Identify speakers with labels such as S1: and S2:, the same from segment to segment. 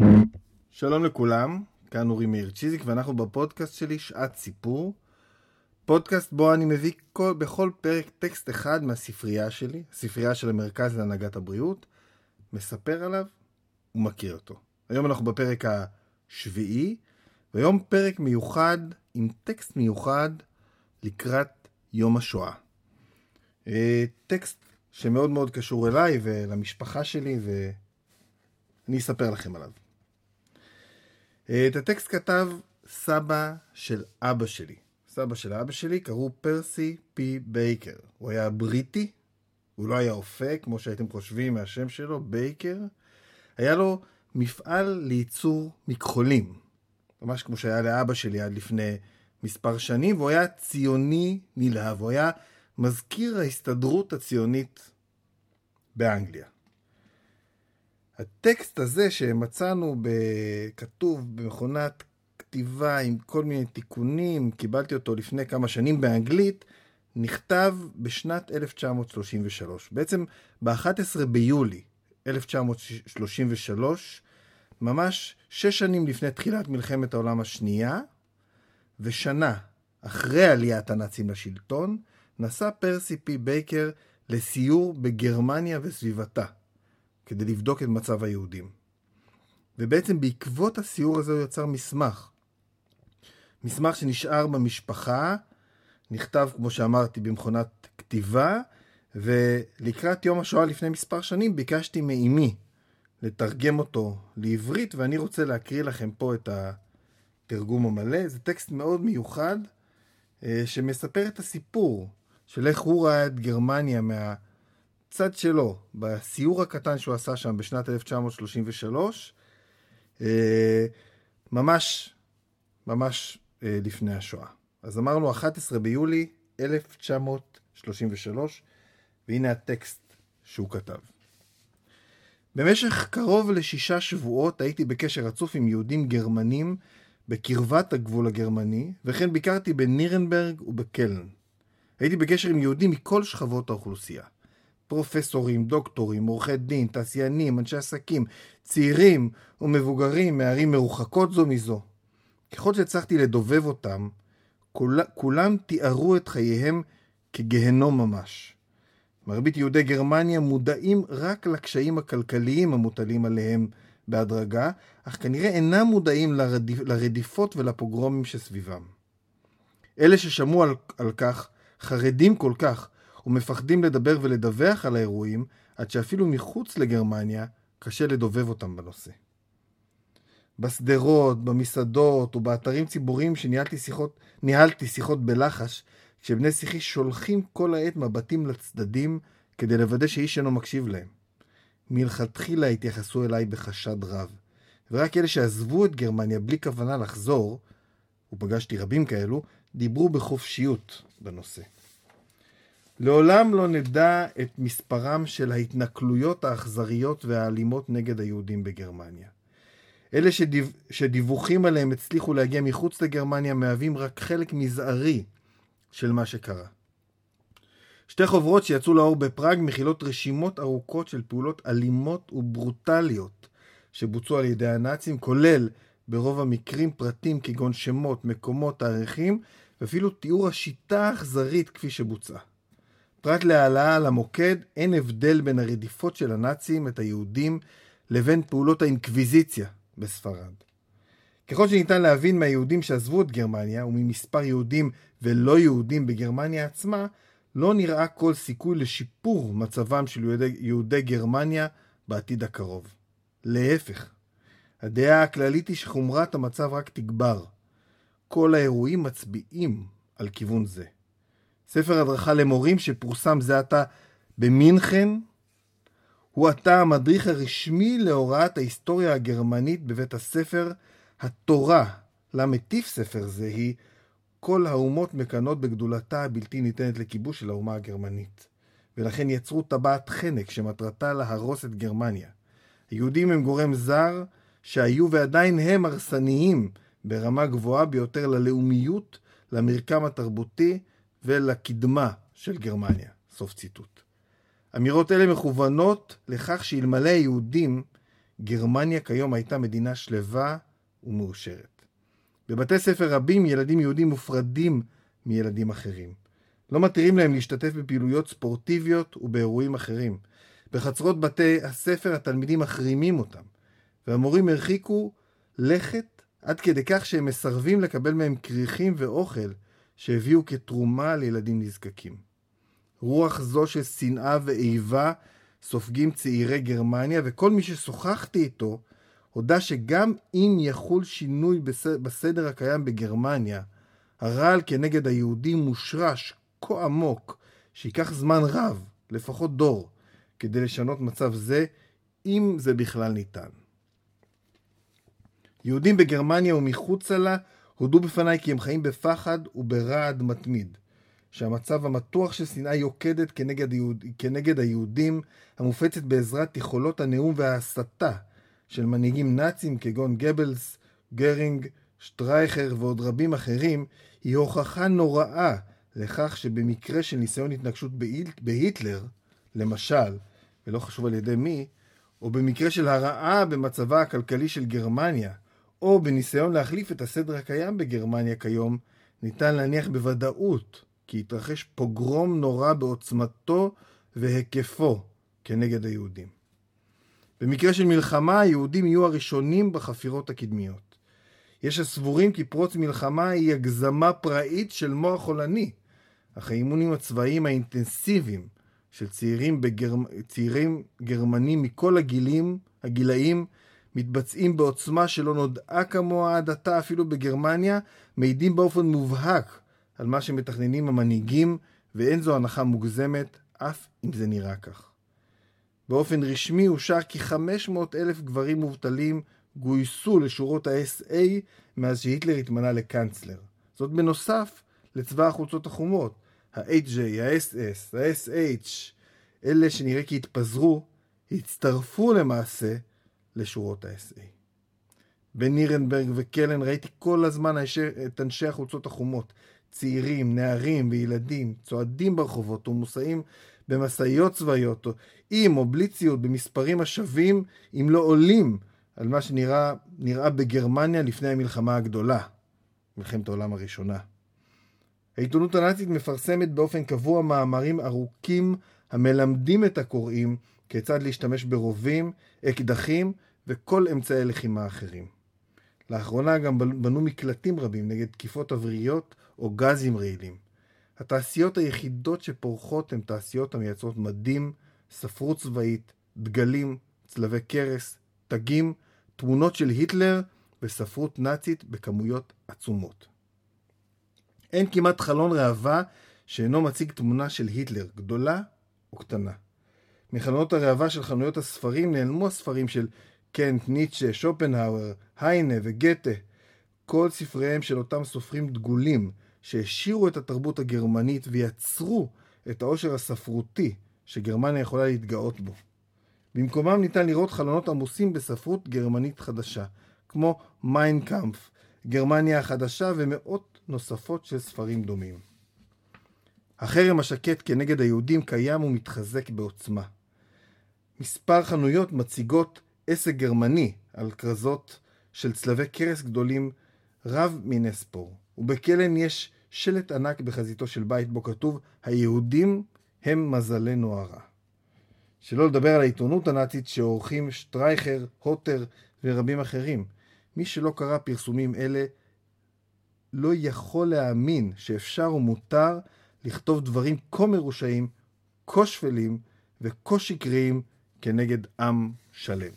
S1: שלום לכולם, כאן אורי מאיר צ'יזיק ואנחנו בפודקאסט שלי שעת סיפור. פודקאסט בו אני מביא בכל פרק טקסט אחד מהספרייה שלי, הספרייה של המרכז להנהגת הבריאות, מספר עליו ומכיר אותו. היום אנחנו בפרק השביעי, והיום פרק מיוחד עם טקסט מיוחד לקראת יום השואה. טקסט שמאוד מאוד קשור אליי ולמשפחה שלי ואני אספר לכם עליו. את הטקסט כתב סבא של אבא שלי. סבא של אבא שלי קראו פרסי פי בייקר. הוא היה בריטי, הוא לא היה אופק, כמו שהייתם חושבים מהשם שלו, בייקר. היה לו מפעל לייצור מכחולים, ממש כמו שהיה לאבא שלי עד לפני מספר שנים, והוא היה ציוני נלהב, הוא היה מזכיר ההסתדרות הציונית באנגליה. הטקסט הזה שמצאנו כתוב במכונת כתיבה עם כל מיני תיקונים, קיבלתי אותו לפני כמה שנים באנגלית, נכתב בשנת 1933. בעצם ב-11 ביולי 1933, ממש 6 שנים לפני תחילת מלחמת העולם השנייה, ושנה אחרי עליית הנאצים לשלטון, נסע פרסי פי בייקר לסיור בגרמניה וסביבתה, כדי לבדוק את מצב היהודים. ובעצם בעקבות הסיור הזה הוא יצר מסמך. מסמך שנשאר במשפחה, נכתב כמו שאמרתי במכונת כתיבה, ולקראת יום השואה לפני מספר שנים ביקשתי מאמי לתרגם אותו לעברית, ואני רוצה להקריא לכם פה את התרגום המלא. זה טקסט מאוד מיוחד שמספר את הסיפור של איך הוא ראה את גרמניה צד שלו, בסיור הקטן שהוא עשה שם בשנת 1933, ממש לפני השואה. אז אמרנו 11 ביולי 1933, והנה הטקסט שהוא כתב. במשך קרוב ל6 שבועות הייתי בקשר רצוף עם יהודים גרמנים בקרבת הגבול הגרמני, וכן ביקרתי בנירנברג ובקלן. הייתי בקשר עם יהודים מכל שכבות האוכלוסייה. פרופסורים, דוקטורים, עורכי דין, תעשיינים, אנשי עסקים, צעירים ומבוגרים מערים מרוחקות זו מזו. ככל שהצלחתי לדובב אותם, כולם תיארו את חייהם כגהנום ממש. מרבית יהודי גרמניה מודעים רק לקשיים הכלכליים המוטלים עליהם בהדרגה, אך כנראה אינם מודעים לרדיפות ולפוגרומים שסביבם. אלה ששמעו על כך חרדים כל כך, ומפחדים לדבר ולדווח על האירועים, עד שאפילו מחוץ לגרמניה קשה לדובב אותם בנושא. בסדרות, במסעדות ובאתרים ציבוריים ניהלתי שיחות בלחש, כשבני שיחי שולחים כל העת מבטים לצדדים כדי לוודא שאיש אינו מקשיב להם. מלכתחילה התייחסו אליי בחשד רב, ורק אלה שעזבו את גרמניה בלי כוונה לחזור, ופגשתי רבים כאלו, דיברו בחופשיות בנושא. לעולם לא נדע את מספרם של ההתנכלויות האכזריות והאלימות נגד היהודים בגרמניה. אלה שדיווחים עליהם הצליחו להגיע מחוץ לגרמניה מהווים רק חלק מזערי של מה שקרה. 2 חוברות שיצאו לאור בפראג מכילות רשימות ארוכות של פעולות אלימות וברוטליות שבוצעו על ידי הנאצים, כולל ברוב המקרים פרטים כגון שמות, מקומות, תאריכים, ואפילו תיאור השיטה האכזרית כפי שבוצעה. פרט להעלאה על המוקד, אין הבדל בין הרדיפות של הנאצים את היהודים לבין פעולות האינקוויזיציה בספרד. ככל שניתן להבין מהיהודים שעזבו את גרמניה וממספר יהודים ולא יהודים בגרמניה עצמה, לא נראה כל סיכוי לשיפור מצבם של יהודי גרמניה בעתיד הקרוב. להפך, הדעה הכללית היא שחומרת המצב רק תגבר. כל האירועים מצביעים על כיוון זה. ספר הדרכה למורים שפורסם זה עתה במינכן, הוא עתה המדריך הרשמי להוראת ההיסטוריה הגרמנית בבית הספר התורה. למטיף ספר זה היא כל האומות מקנות בגדולתה הבלתי ניתנת לכיבוש של האומה הגרמנית, ולכן יצרו טבעת חנק שמטרתה להרוס את גרמניה. היהודים הם גורם זר שהיו ועדיין הם הרסניים ברמה גבוהה ביותר ללאומיות, למרקם התרבותי ולקדמה של גרמניה. סוף ציטוט. אמירות אלה מכוונות לכך שאלמלא היהודים גרמניה כיום הייתה מדינה שלווה ומאושרת. בבתי ספר רבים ילדים יהודים מופרדים מילדים אחרים. לא מתירים להם להשתתף בפעילויות ספורטיביות ובאירועים אחרים. בחצרות בתי הספר התלמידים מחרימים אותם, והמורים הרחיקו לכת עד כדי כך שהם מסרבים לקבל מהם כריכים ואוכל שהביאו כתרומה לילדים נזקקים. רוח זו של שנאה ואיבה סופגים צעירי גרמניה, וכל מי ששוחחתי איתו הודע שגם אם יחול שינוי בסדר הקיים בגרמניה, הרעל כנגד היהודים מושרש כה עמוק שיקח זמן רב, לפחות דור, כדי לשנות מצב זה, אם זה בכלל ניתן. יהודים בגרמניה ומחוצה לה הודו בפניי כי הם חיים בפחד וברעד מתמיד, שהמצב המתוח של שנאה יוקדת כנגד היהודים, המופצת בעזרת יכולות הנאום וההסתה של מנהיגים נאצים כגון גבלס, גרינג, שטרייכר ועוד רבים אחרים, היא הוכחה נוראה לכך שבמקרה של ניסיון התנגשות בהיטלר, למשל, ולא חשוב על ידי מי, או במקרה של הרעה במצבה הכלכלי של גרמניה, או בניסיון להחליף את הסדר הקיים בגרמניה כיום, ניתן להניח בוודאות כי יתרחש פוגרום נורא בעוצמתו והיקפו כנגד היהודים. במקרה של מלחמה, היהודים יהיו הראשונים בחפירות הקדמיות. יש הסבורים כי פרוץ מלחמה היא הגזמה פראית של מוח עולני, אך האימונים הצבאיים האינטנסיביים של צעירים גרמנים מכל הגילאים מתבצעים בעוצמה שלא נודעה כמוה עד עתה אפילו בגרמניה, מעידים באופן מובהק על מה שמתכננים המנהיגים, ואין זו הנחה מוגזמת, אף אם זה נראה כך. באופן רשמי אושר כי 500,000 גברים מובטלים גויסו לשורות ה-SA מאז שהיטלר התמנה לקנצלר. זאת בנוסף לצבא החולצות החומות, ה-HJ, ה-SS, ה-SH, אלה שנראה כי התפזרו, הצטרפו למעשה לשורות ה-SA. בנירנברג וקלן ראיתי כל הזמן את אנשי החולצות החומות, צעירים, נערים וילדים, צועדים ברחובות ומוסעים במסעיות צבאיות, עם או בלי ציוד במספרים השווים, אם לא עולים, על מה שנראה בגרמניה לפני המלחמה הגדולה, מלחמת העולם הראשונה. העיתונות הנאצית מפרסמת באופן קבוע מאמרים ארוכים המלמדים את הקוראים כיצד להשתמש ברובים, אקדחים וכל אמצעי לחימה אחרים. לאחרונה גם בנו מקלטים רבים נגד תקיפות אוויריות או גזים רעילים. התעשיות היחידות שפורחות הן תעשיות המייצרות מדים, ספרות צבאית, דגלים, צלבי קרס, תגים, תמונות של היטלר וספרות נאצית בכמויות עצומות. אין כמעט חלון ראווה שאינו מציג תמונה של היטלר, גדולה או קטנה. מחלונות הראווה של חנויות הספרים נעלמו הספרים של קנט, ניטשה, שופנהאואר, היינה וגתה. כל ספריהם של אותם סופרים דגולים שהשאירו את התרבות הגרמנית ויצרו את העושר הספרותי שגרמניה יכולה להתגאות בו. במקומם ניתן לראות חלונות עמוסים בספרות גרמנית חדשה, כמו מיין קאמפף, גרמניה החדשה ומאות נוספות של ספרים דומים. החרם השקט כנגד היהודים קיים ומתחזק בעוצמה. מספר חנויות מציגות עסק גרמני על כרזות של צלבי קרס גדולים רב מיני ספור, ובקלן יש שלט ענק בחזיתו של בית בו כתוב היהודים הם מזלנו הרע. שלא לדבר על העיתונות הנאצית שעורכים שטרייכר, הוטר ורבים אחרים. מי שלא קרא פרסומים אלה לא יכול להאמין שאפשר ומותר לכתוב דברים כה מרושעים, כה שפלים וכה שקריים כנגד עם שלם.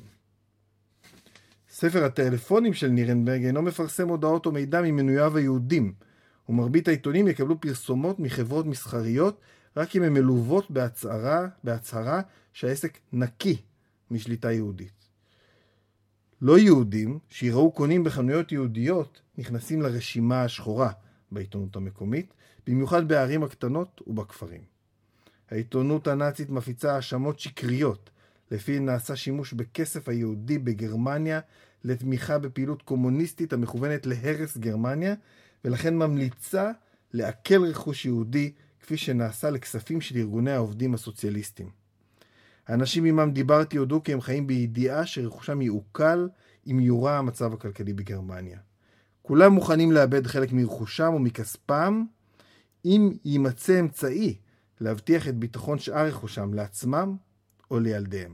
S1: ספר הטלפונים של נירנברג אינו מפרסם הודעות או מידע ממנוייו היהודים, ומרבית העיתונים יקבלו פרסומות מחברות מסחריות רק אם הן מלוות בהצהרה שהעסק נקי משליטה יהודית. לא יהודים שיראו קונים בחנויות יהודיות נכנסים לרשימה השחורה בעיתונות המקומית, במיוחד בערים הקטנות ובכפרים. העיתונות הנאצית מפיצה האשמות שקריות, לפי נעשה שימוש בכסף היהודי בגרמניה לתמיכה בפעילות קומוניסטית המכוונת להרס גרמניה, ולכן ממליצה לעקל רכוש יהודי כפי שנעשה לכספים של ארגוני העובדים הסוציאליסטים. האנשים עמם דיברתי הודו כי הם חיים בידיעה שרכושם יעוקל אם יורע המצב הכלכלי בגרמניה. כולם מוכנים לאבד חלק מרכושם ומכספם אם יימצא אמצעי להבטיח את ביטחון שאר רכושם לעצמם או לילדיהם.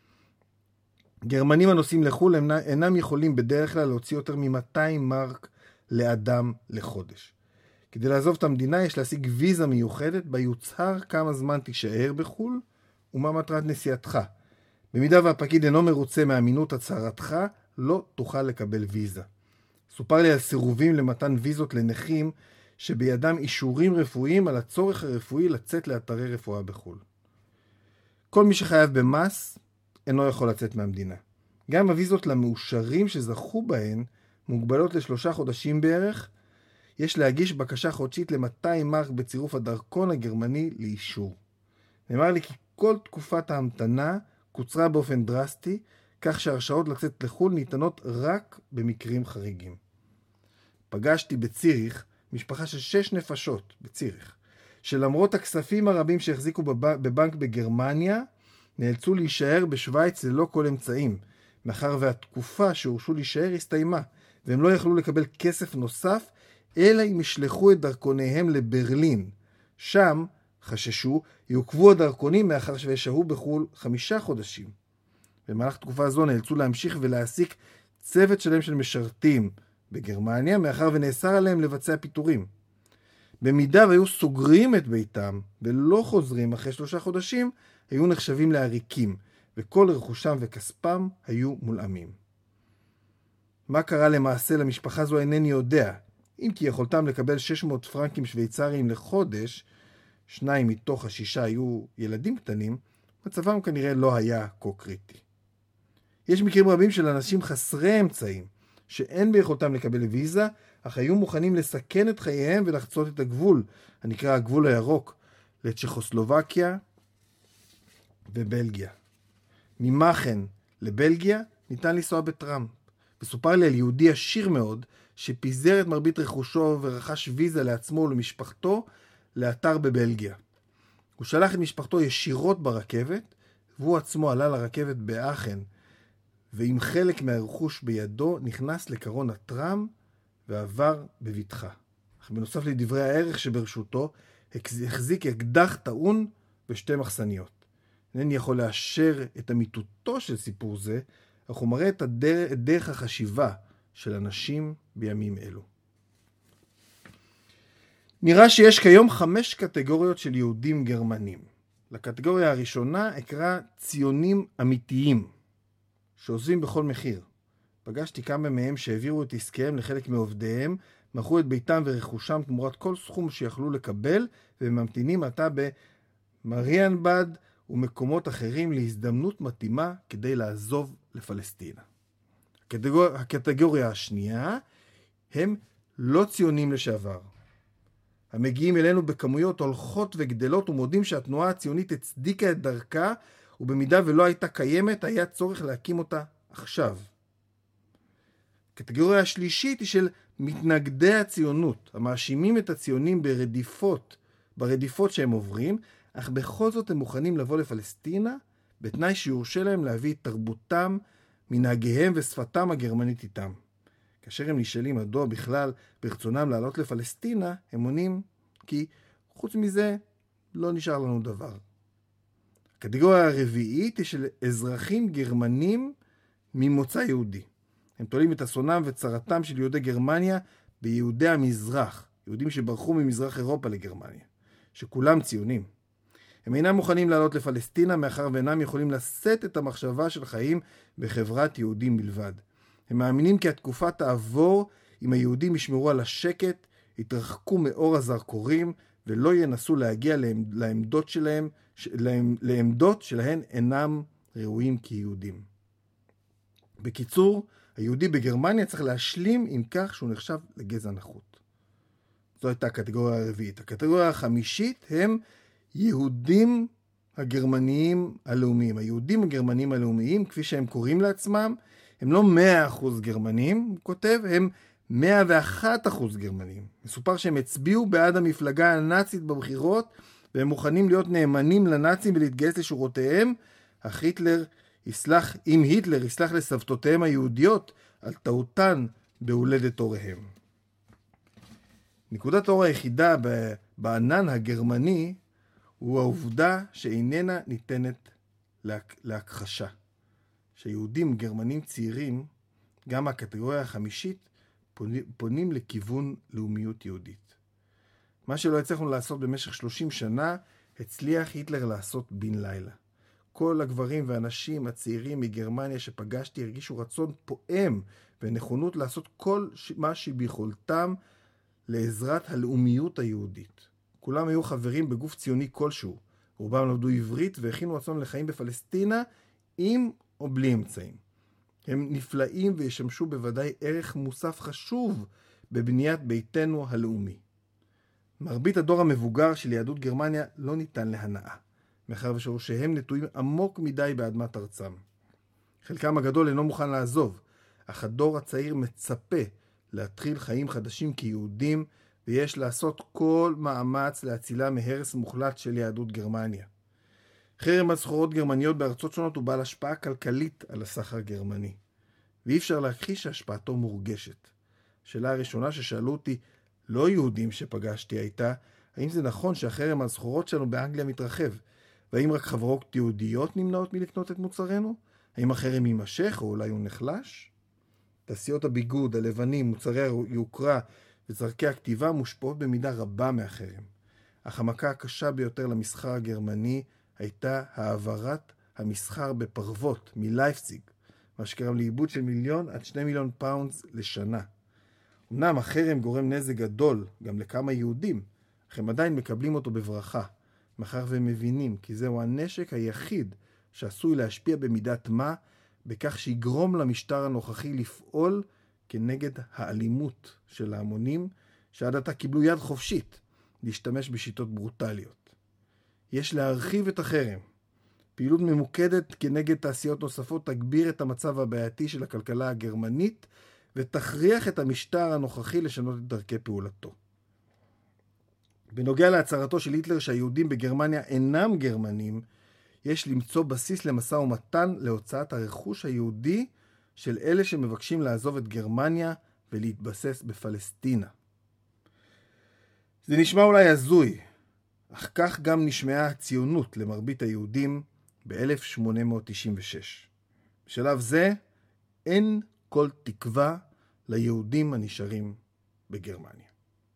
S1: גרמנים הנוסעים לחו"ל אינם יכולים בדרך כלל להוציא יותר מ-200 מרק לאדם לחודש. כדי לעזוב את המדינה יש להשיג ויזה מיוחדת בה יוצהר כמה זמן תישאר בחו"ל ומה מטרת נסיעתך. במידה והפקיד אינו מרוצה מאמינות הצהרתך, לא תוכל לקבל ויזה. סופר לי על סירובים למתן ויזות לנכים שבידם אישורים רפואיים על הצורך הרפואי לצאת לאתרי רפואה בחו"ל. כל מי שחייב במס אינו יכול לצאת מהמדינה. גם הוויזות למאושרים שזכו בהן מוגבלות ל3 חודשים בערך. יש להגיש בקשה חודשית ל-200 מרק בצירוף הדרכון הגרמני לאישור. נאמר לי כי כל תקופת ההמתנה קוצרה באופן דרסטי, כך שהרשאות לצאת לחו"ל ניתנות רק במקרים חריגים. פגשתי בציריך משפחה של 6 נפשות בציריך, שלמרות הכספים הרבים שהחזיקו בבנק בגרמניה, נאלצו להישאר בשוויץ ללא כל אמצעים, מאחר והתקופה שהורשו להישאר הסתיימה, והם לא יכלו לקבל כסף נוסף, אלא אם ישלחו את דרכוניהם לברלין. שם, חששו, יעוכבו הדרכונים מאחר ששהו בחו"ל 5 חודשים. במהלך תקופה זו נאלצו להמשיך ולהעסיק צוות שלם של משרתים בגרמניה, מאחר ונאסר עליהם לבצע פיטורים. במידה והיו סוגרים את ביתם ולא חוזרים אחרי 3 חודשים, היו נחשבים לעריקים, וכל רכושם וכספם היו מולאמים. מה קרה למעשה למשפחה זו אינני יודע, אם כי יכולתם לקבל 600 פרנקים שוויצריים לחודש, 2 מתוך 6 היו ילדים קטנים, מצבם כנראה לא היה כה קריטי. יש מקרים רבים של אנשים חסרי אמצעים, שאין ביכולתם לקבל ויזה, אך היו מוכנים לסכן את חייהם ולחצות את הגבול, הנקרא הגבול הירוק, לצ'כוסלובקיה ובלגיה. ממאכן לבלגיה ניתן לנסוע בטראמפ, וסופר לי על יהודי עשיר מאוד, שפיזר את מרבית רכושו ורכש ויזה לעצמו ולמשפחתו לאתר בבלגיה. הוא שלח את משפחתו ישירות ברכבת, והוא עצמו עלה לרכבת באחן, ועם חלק מהרכוש בידו נכנס לקרון הטראם ועבר בבטחה. אך בנוסף לדברי הערך שברשותו, החזיק אקדח טעון ב2 מחסניות. אינני יכול לאשר את אמיתותו של סיפור זה, אך הוא מראה את דרך החשיבה של אנשים בימים אלו. נראה שיש כיום 5 קטגוריות של יהודים גרמנים. לקטגוריה הראשונה אקרא ציונים אמיתיים, שעוזבים בכל מחיר. פגשתי כמה מהם שהעבירו את עסקיהם לחלק מעובדיהם, מכרו את ביתם ורכושם תמורת כל סכום שיכלו לקבל, וממתינים עתה במריאנבד ומקומות אחרים להזדמנות מתאימה כדי לעזוב לפלסטינה. הקטגוריה השנייה הם לא ציונים לשעבר. המגיעים אלינו בכמויות הולכות וגדלות ומודים שהתנועה הציונית הצדיקה את דרכה, ובמידה ולא הייתה קיימת היה צורך להקים אותה עכשיו. הקטגוריה השלישית היא של מתנגדי הציונות, המאשימים את הציונים ברדיפות שהם עוברים, אך בכל זאת הם מוכנים לבוא לפלסטינה, בתנאי שיורשה להם להביא את תרבותם, מנהגיהם ושפתם הגרמנית איתם. כאשר הם נשאלים מדוע בכלל ברצונם לעלות לפלסטינה, הם עונים כי חוץ מזה לא נשאר לנו דבר. הקטגוריה הרביעית היא של אזרחים גרמנים ממוצא יהודי. הם תולים את אסונם וצרתם של יהודי גרמניה ביהודי המזרח, יהודים שברחו ממזרח אירופה לגרמניה, שכולם ציונים. הם אינם מוכנים לעלות לפלסטינה מאחר ואינם יכולים לשאת את המחשבה של חיים בחברת יהודים בלבד. הם מאמינים כי התקופה תעבור אם היהודים ישמרו על השקט, יתרחקו מאור הזרקורים ולא ינסו להגיע לעמדות שלהן אינם ראויים כיהודים. בקיצור, היהודי בגרמניה צריך להשלים עם כך שהוא נחשב לגזע נחות. זו הייתה הקטגוריה הרביעית. הקטגוריה החמישית הם יהודים הגרמניים הלאומיים. היהודים הגרמניים הלאומיים, כפי שהם קוראים לעצמם, הם לא 100% גרמנים, הוא כותב, הם 101% גרמנים. מסופר שהם הצביעו בעד המפלגה הנאצית בבחירות, והם מוכנים להיות נאמנים לנאצים ולהתגייס לשורותיהם, אם היטלר יסלח לסבתותיהם היהודיות על טעותן בהולדת הוריהם. נקודת האור היחידה בענן הגרמני הוא העובדה שאיננה ניתנת להכחשה. שיהודים גרמנים צעירים, גם הקטגוריה החמישית, פונים לכיוון לאומיות יהודית. מה שלא הצלחנו לעשות במשך 30 שנה, הצליח היטלר לעשות בן לילה. כל הגברים והנשים הצעירים מגרמניה שפגשתי הרגישו רצון פועם ונכונות לעשות כל מה שביכולתם לעזרת הלאומיות היהודית. כולם היו חברים בגוף ציוני כלשהו. רובם למדו עברית והכינו רצון לחיים בפלסטינה עם או בלי אמצעים. הם נפלאים וישמשו בוודאי ערך מוסף חשוב בבניית ביתנו הלאומי. מרבית הדור המבוגר של יהדות גרמניה לא ניתן להנאה, מאחר ושורשיהם נטועים עמוק מדי באדמת ארצם. חלקם הגדול אינו מוכן לעזוב, אך הדור הצעיר מצפה להתחיל חיים חדשים כיהודים, ויש לעשות כל מאמץ להצילה מהרס מוחלט של יהדות גרמניה. חרם על סחורות גרמניות בארצות שונות הוא בעל השפעה כלכלית על הסחר הגרמני, ואי אפשר להכחיש שהשפעתו מורגשת. השאלה הראשונה ששאלו אותי לא יהודים שפגשתי הייתה, האם זה נכון שהחרם על סחורות שלנו באנגליה מתרחב, והאם רק חברות יהודיות נמנעות מלקנות את מוצרנו? האם החרם יימשך או אולי הוא נחלש? תעשיות הביגוד, הלבנים, מוצרי היוקרה וצרכי הכתיבה מושפעות במידה רבה מהחרם. אך המכה הקשה ביותר למסחר הגרמני הייתה העברת המסחר בפרוות מלייפציג, מה שגרם לאיבוד של 1 מיליון עד 2 מיליון פאונדס לשנה. אמנם החרם גורם נזק גדול גם לכמה יהודים, אך הם עדיין מקבלים אותו בברכה, מאחר והם מבינים כי זהו הנשק היחיד שעשוי להשפיע במידת מה, בכך שיגרום למשטר הנוכחי לפעול כנגד האלימות של ההמונים, שעד עתה קיבלו יד חופשית להשתמש בשיטות ברוטליות. יש להרחיב את החרם. פעילות ממוקדת כנגד תעשיות נוספות תגביר את המצב הבעייתי של הכלכלה הגרמנית, ותכריח את המשטר הנוכחי לשנות את דרכי פעולתו. בנוגע להצהרתו של היטלר שהיהודים בגרמניה אינם גרמנים, יש למצוא בסיס למשא ומתן להוצאת הרכוש היהודי של אלה שמבקשים לעזוב את גרמניה ולהתבסס בפלסטינה. זה נשמע אולי הזוי, אך כך גם נשמעה הציונות למרבית היהודים ב-1896. בשלב זה אין כל תקווה ליהודים הנשארים בגרמניה.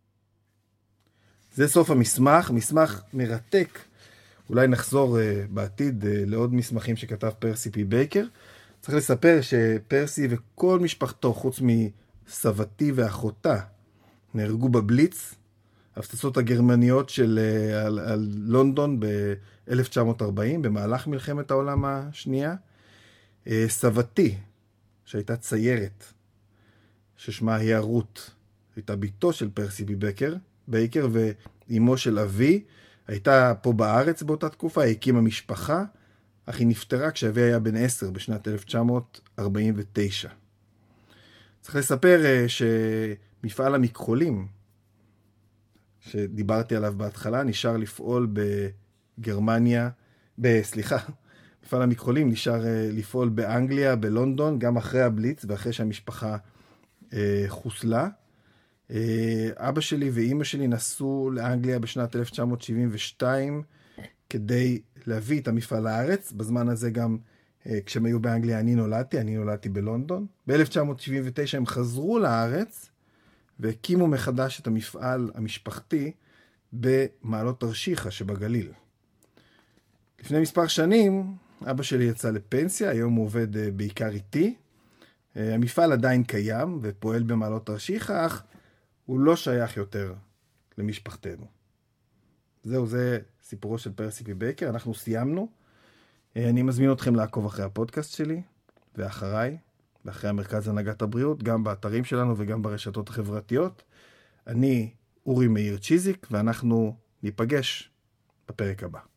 S1: זה סוף המסמך, מסמך מרתק. אולי נחזור בעתיד לעוד מסמכים שכתב פרסי פי בייקר. צריך לספר שפרסי וכל משפחתו, חוץ מסבתי ואחותה, נהרגו בבליץ, הפצצות הגרמניות על לונדון ב-1940, במהלך מלחמת העולם השנייה. סבתי, שהייתה ציירת, ששמה היה רות, הייתה ביתו של פרסי פי בייקר, ואימו של אבי, הייתה פה בארץ באותה תקופה, היא הקימה משפחה, אך היא נפטרה כשאבי היה בן 10 בשנת 1949. צריך לספר שמפעל המכחולים, שדיברתי עליו בהתחלה, נשאר לפעול בגרמניה, מפעל המכחולים נשאר לפעול באנגליה, בלונדון, גם אחרי הבליץ ואחרי שהמשפחה חוסלה. אבא שלי ואימא שלי נסעו לאנגליה בשנת 1972 כדי להביא את המפעל לארץ. בזמן הזה גם כשהם היו באנגליה אני נולדתי בלונדון. ב-1979 הם חזרו לארץ והקימו מחדש את המפעל המשפחתי במעלות תרשיחא שבגליל. לפני מספר שנים אבא שלי יצא לפנסיה, היום הוא עובד בעיקר איתי. המפעל עדיין קיים ופועל במעלות תרשיחא, אך הוא לא שייך יותר למשפחתנו. זה סיפורו של פרסי פי בייקר, אנחנו סיימנו. אני מזמין אתכם לעקוב אחרי הפודקאסט שלי ואחריי, ואחרי המרכז להנהגת הבריאות, גם באתרים שלנו וגם ברשתות החברתיות. אני אורי מאיר צ'יזיק, ואנחנו ניפגש בפרק הבא.